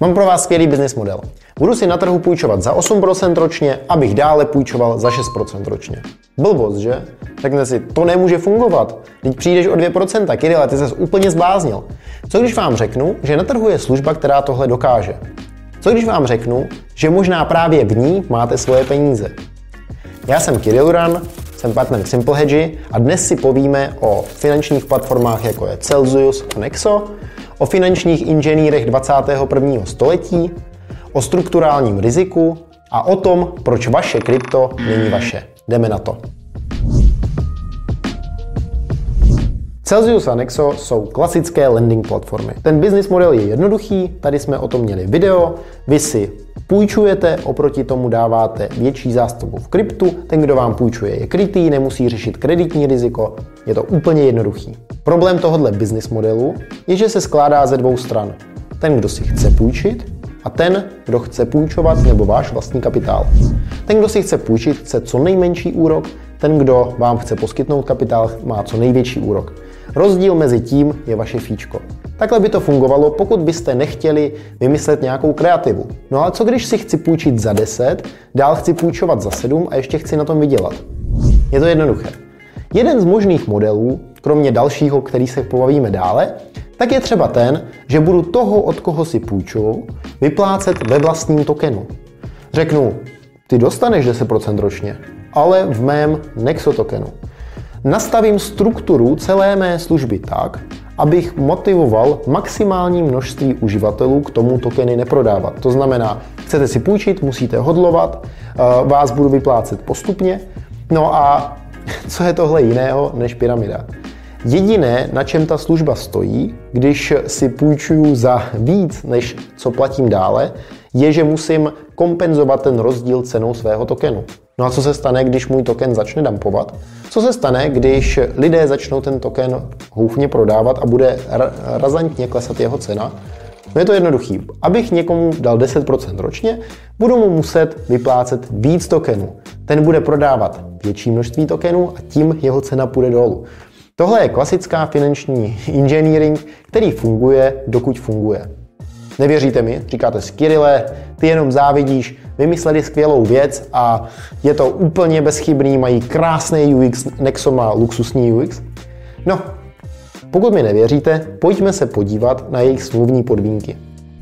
Mám pro vás skvělý business model. Budu si na trhu půjčovat za 8% ročně, abych dále půjčoval za 6% ročně. Blbost, že? Řeknete si, to nemůže fungovat. Teď přijdeš o 2%, Kyrile, ty ses úplně zbláznil. Co když vám řeknu, že na trhu je služba, která tohle dokáže? Co když vám řeknu, že možná právě v ní máte svoje peníze? Já jsem Kirill Uran, jsem partner Simple Hedge a dnes si povíme o finančních platformách, jako je Celsius a Nexo, o finančních inženýrech 21. století, o strukturálním riziku a o tom, proč vaše krypto není vaše. Jdeme na to. Celsius a Nexo jsou klasické lending platformy. Ten business model je jednoduchý, tady jsme o tom měli video, vy si půjčujete, oproti tomu dáváte větší zástupu v kryptu, ten, kdo vám půjčuje, je krytý, nemusí řešit kreditní riziko, je to úplně jednoduchý. Problém tohohle business modelu je, že se skládá ze dvou stran. Ten, kdo si chce půjčit, a ten, kdo chce půjčovat, nebo váš vlastní kapitál. Ten, kdo si chce půjčit, chce co nejmenší úrok, ten, kdo vám chce poskytnout kapitál, má co největší úrok. Rozdíl mezi tím je vaše fíčko. Takhle by to fungovalo, pokud byste nechtěli vymyslet nějakou kreativu. No ale co když si chci půjčit za 10, dál chci půjčovat za 7 a ještě chci na tom vydělat? Je to jednoduché. Jeden z možných modelů, kromě dalšího, který se pobavíme dále, tak je třeba ten, že budu toho, od koho si půjčuju, vyplácet ve vlastním tokenu. Řeknu, ty dostaneš 10% ročně, ale v mém Nexo tokenu. Nastavím strukturu celé mé služby tak, abych motivoval maximální množství uživatelů k tomu tokeny neprodávat. To znamená, chcete si půjčit, musíte hodlovat, vás budu vyplácet postupně. No a co je tohle jiného než pyramida? Jediné, na čem ta služba stojí, když si půjčuju za víc, než co platím dále, je, že musím kompenzovat ten rozdíl cenou svého tokenu. No a co se stane, když můj token začne dumpovat? Co se stane, když lidé začnou ten token houfně prodávat a bude razantně klesat jeho cena? No je to jednoduchý. Abych někomu dal 10% ročně, budu mu muset vyplácet víc tokenů. Ten bude prodávat větší množství tokenů a tím jeho cena půjde dolů. Tohle je klasická finanční engineering, který funguje, dokud funguje. Nevěříte mi? Říkáte si, Kyrile, ty jenom závidíš, vymysleli skvělou věc a je to úplně bezchybný, mají krásný UX, Nexo má luxusní UX. No, pokud mi nevěříte, pojďme se podívat na jejich smluvní podmínky.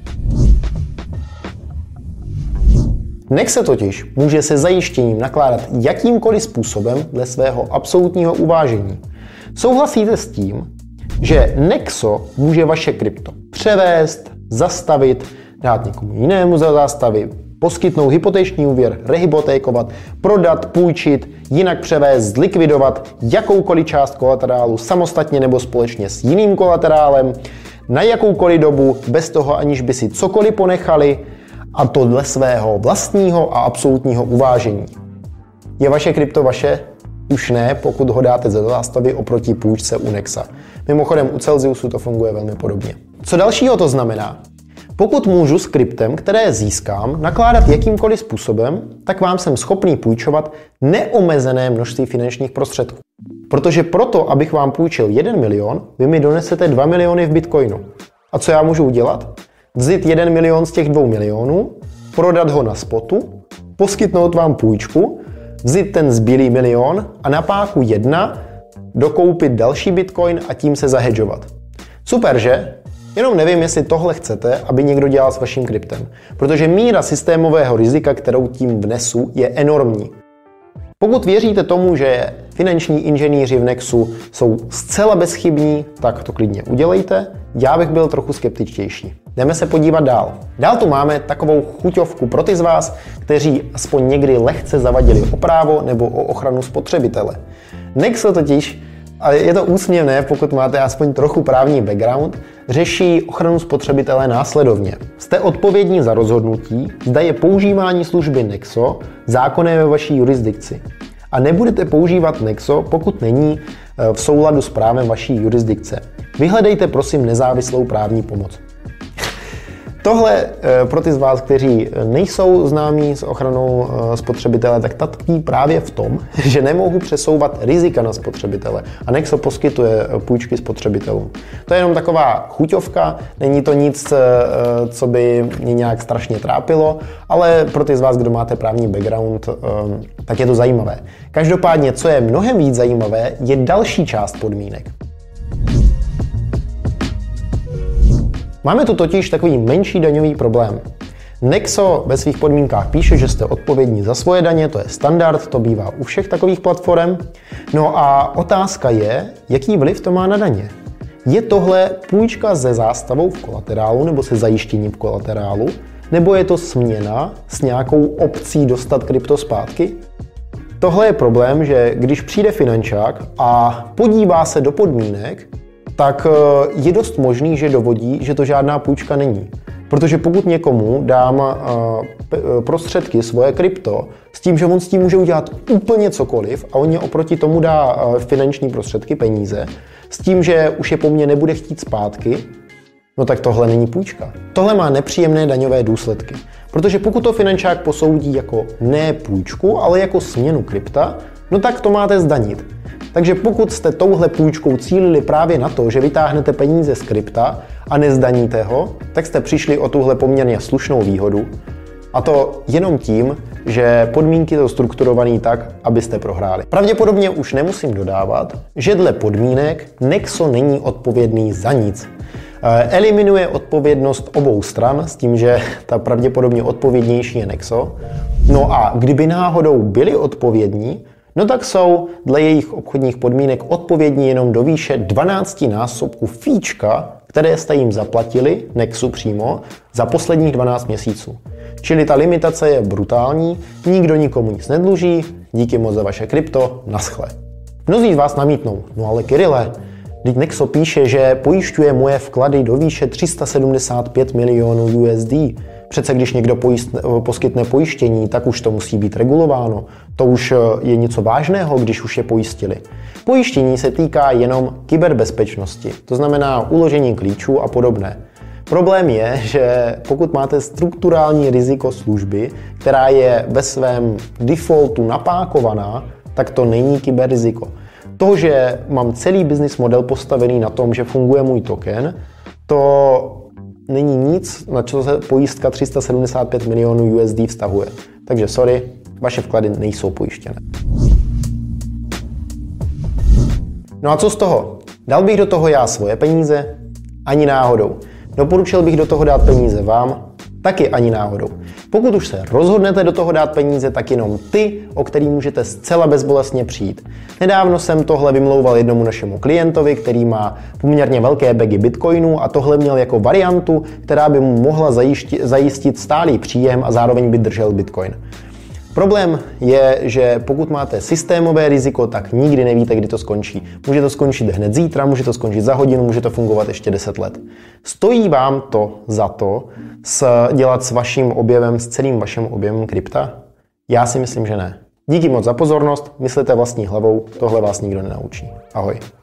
Nexo totiž může se zajištěním nakládat jakýmkoliv způsobem dle svého absolutního uvážení. Souhlasíte s tím, že Nexo může vaše krypto převést, zastavit, dát někomu jinému za zástavy, poskytnout hypoteční úvěr, rehypotékovat, prodat, půjčit, jinak převést, zlikvidovat jakoukoliv část kolaterálu samostatně nebo společně s jiným kolaterálem, na jakoukoliv dobu, bez toho, aniž by si cokoliv ponechali, a to dle svého vlastního a absolutního uvážení. Je vaše krypto vaše? Už ne, pokud ho dáte ze zástavy oproti půjčce u Nexa. Mimochodem u Celsiusu to funguje velmi podobně. Co dalšího to znamená? Pokud můžu s kryptem, které získám, nakládat jakýmkoliv způsobem, tak vám jsem schopný půjčovat neomezené množství finančních prostředků. Protože proto, abych vám půjčil 1 milion, vy mi donesete 2 miliony v Bitcoinu. A co já můžu udělat? Vzít 1 milion z těch 2 milionů, prodat ho na spotu, poskytnout vám půjčku, vzít ten zbylý milion a na páku 1 dokoupit další Bitcoin a tím se zahedžovat. Super, že? Jenom nevím, jestli tohle chcete, aby někdo dělal s vaším kryptem, protože míra systémového rizika, kterou tím vnesu, je enormní. Pokud věříte tomu, že finanční inženýři v Nexu jsou zcela bezchybní, tak to klidně udělejte. Já bych byl trochu skeptičtější. Jdeme se podívat dál. Dál tu máme takovou chuťovku pro ty z vás, kteří aspoň někdy lehce zavadili o právo nebo o ochranu spotřebitele. Nexo totiž, a je to úsměvné, pokud máte aspoň trochu právní background, řeší ochranu spotřebitele následovně. Jste odpovědní za rozhodnutí, zda je používání služby Nexo zákonné ve vaší jurisdikci. A nebudete používat Nexo, pokud není v souladu s právem vaší jurisdikce. Vyhledejte prosím nezávislou právní pomoc. Tohle pro ty z vás, kteří nejsou známí s ochranou spotřebitele, tak ta tkví právě v tom, že nemohu přesouvat rizika na spotřebitele. A Nexo poskytuje půjčky spotřebitelům. To je jenom taková chuťovka, není to nic, co by mě nějak strašně trápilo, ale pro ty z vás, kdo máte právní background, tak je to zajímavé. Každopádně, co je mnohem víc zajímavé, je další část podmínek. Máme tu totiž takový menší daňový problém. Nexo ve svých podmínkách píše, že jste odpovědní za svoje daně, to je standard, to bývá u všech takových platform. No a otázka je, jaký vliv to má na daně. Je tohle půjčka se zástavou v kolaterálu nebo se zajištěním v kolaterálu, nebo je to směna s nějakou opcí dostat krypto zpátky? Tohle je problém, že když přijde finančák a podívá se do podmínek, tak je dost možný, že dovodí, že to žádná půjčka není. Protože pokud někomu dám prostředky, svoje krypto, s tím, že on s tím může udělat úplně cokoliv a on mě oproti tomu dá finanční prostředky, peníze, s tím, že už je po mně nebude chtít zpátky, no tak tohle není půjčka. Tohle má nepříjemné daňové důsledky. Protože pokud to finančák posoudí jako ne půjčku, ale jako směnu krypta, no tak to máte zdanit. Takže pokud jste touhle půjčkou cílili právě na to, že vytáhnete peníze z krypta a nezdaníte ho, tak jste přišli o tuhle poměrně slušnou výhodu. A to jenom tím, že podmínky jsou strukturované tak, abyste prohráli. Pravděpodobně už nemusím dodávat, že dle podmínek Nexo není odpovědný za nic. Eliminuje odpovědnost obou stran s tím, že ta pravděpodobně odpovědnější je Nexo. No a kdyby náhodou byli odpovědní, no tak jsou dle jejich obchodních podmínek odpovědní jenom do výše 12násobku fíčka, které jste jim zaplatili, Nexu přímo, za posledních 12 měsíců. Čili ta limitace je brutální, nikdo nikomu nic nedluží, díky moc za vaše krypto, naschle. Mnozí z vás namítnou, no ale Kyrile, teď Nexo píše, že pojišťuje moje vklady do výše 375 milionů USD. Přece když někdo poskytne pojištění, tak už to musí být regulováno. To už je něco vážného, když už je pojistili. Pojištění se týká jenom kyberbezpečnosti, to znamená uložení klíčů a podobné. Problém je, že pokud máte strukturální riziko služby, která je ve svém defaultu napákovaná, tak to není kyberriziko. To, že mám celý business model postavený na tom, že funguje můj token, to není nic, na co se pojistka 375 milionů USD vztahuje. Takže sorry, vaše vklady nejsou pojištěné. No a co z toho? Dal bych do toho já svoje peníze? Ani náhodou. Doporučil bych do toho dát peníze vám? Taky ani náhodou. Pokud už se rozhodnete do toho dát peníze, tak jenom ty, o který můžete zcela bezbolestně přijít. Nedávno jsem tohle vymlouval jednomu našemu klientovi, který má poměrně velké bagy bitcoinů a tohle měl jako variantu, která by mu mohla zajistit stálý příjem a zároveň by držel bitcoin. Problém je, že pokud máte systémové riziko, tak nikdy nevíte, kdy to skončí. Může to skončit hned zítra, může to skončit za hodinu, může to fungovat ještě 10 let. Stojí vám to za to dělat s vaším objevem, s celým vaším objemem krypta? Já si myslím, že ne. Díky moc za pozornost, myslete vlastní hlavou, tohle vás nikdo nenaučí. Ahoj.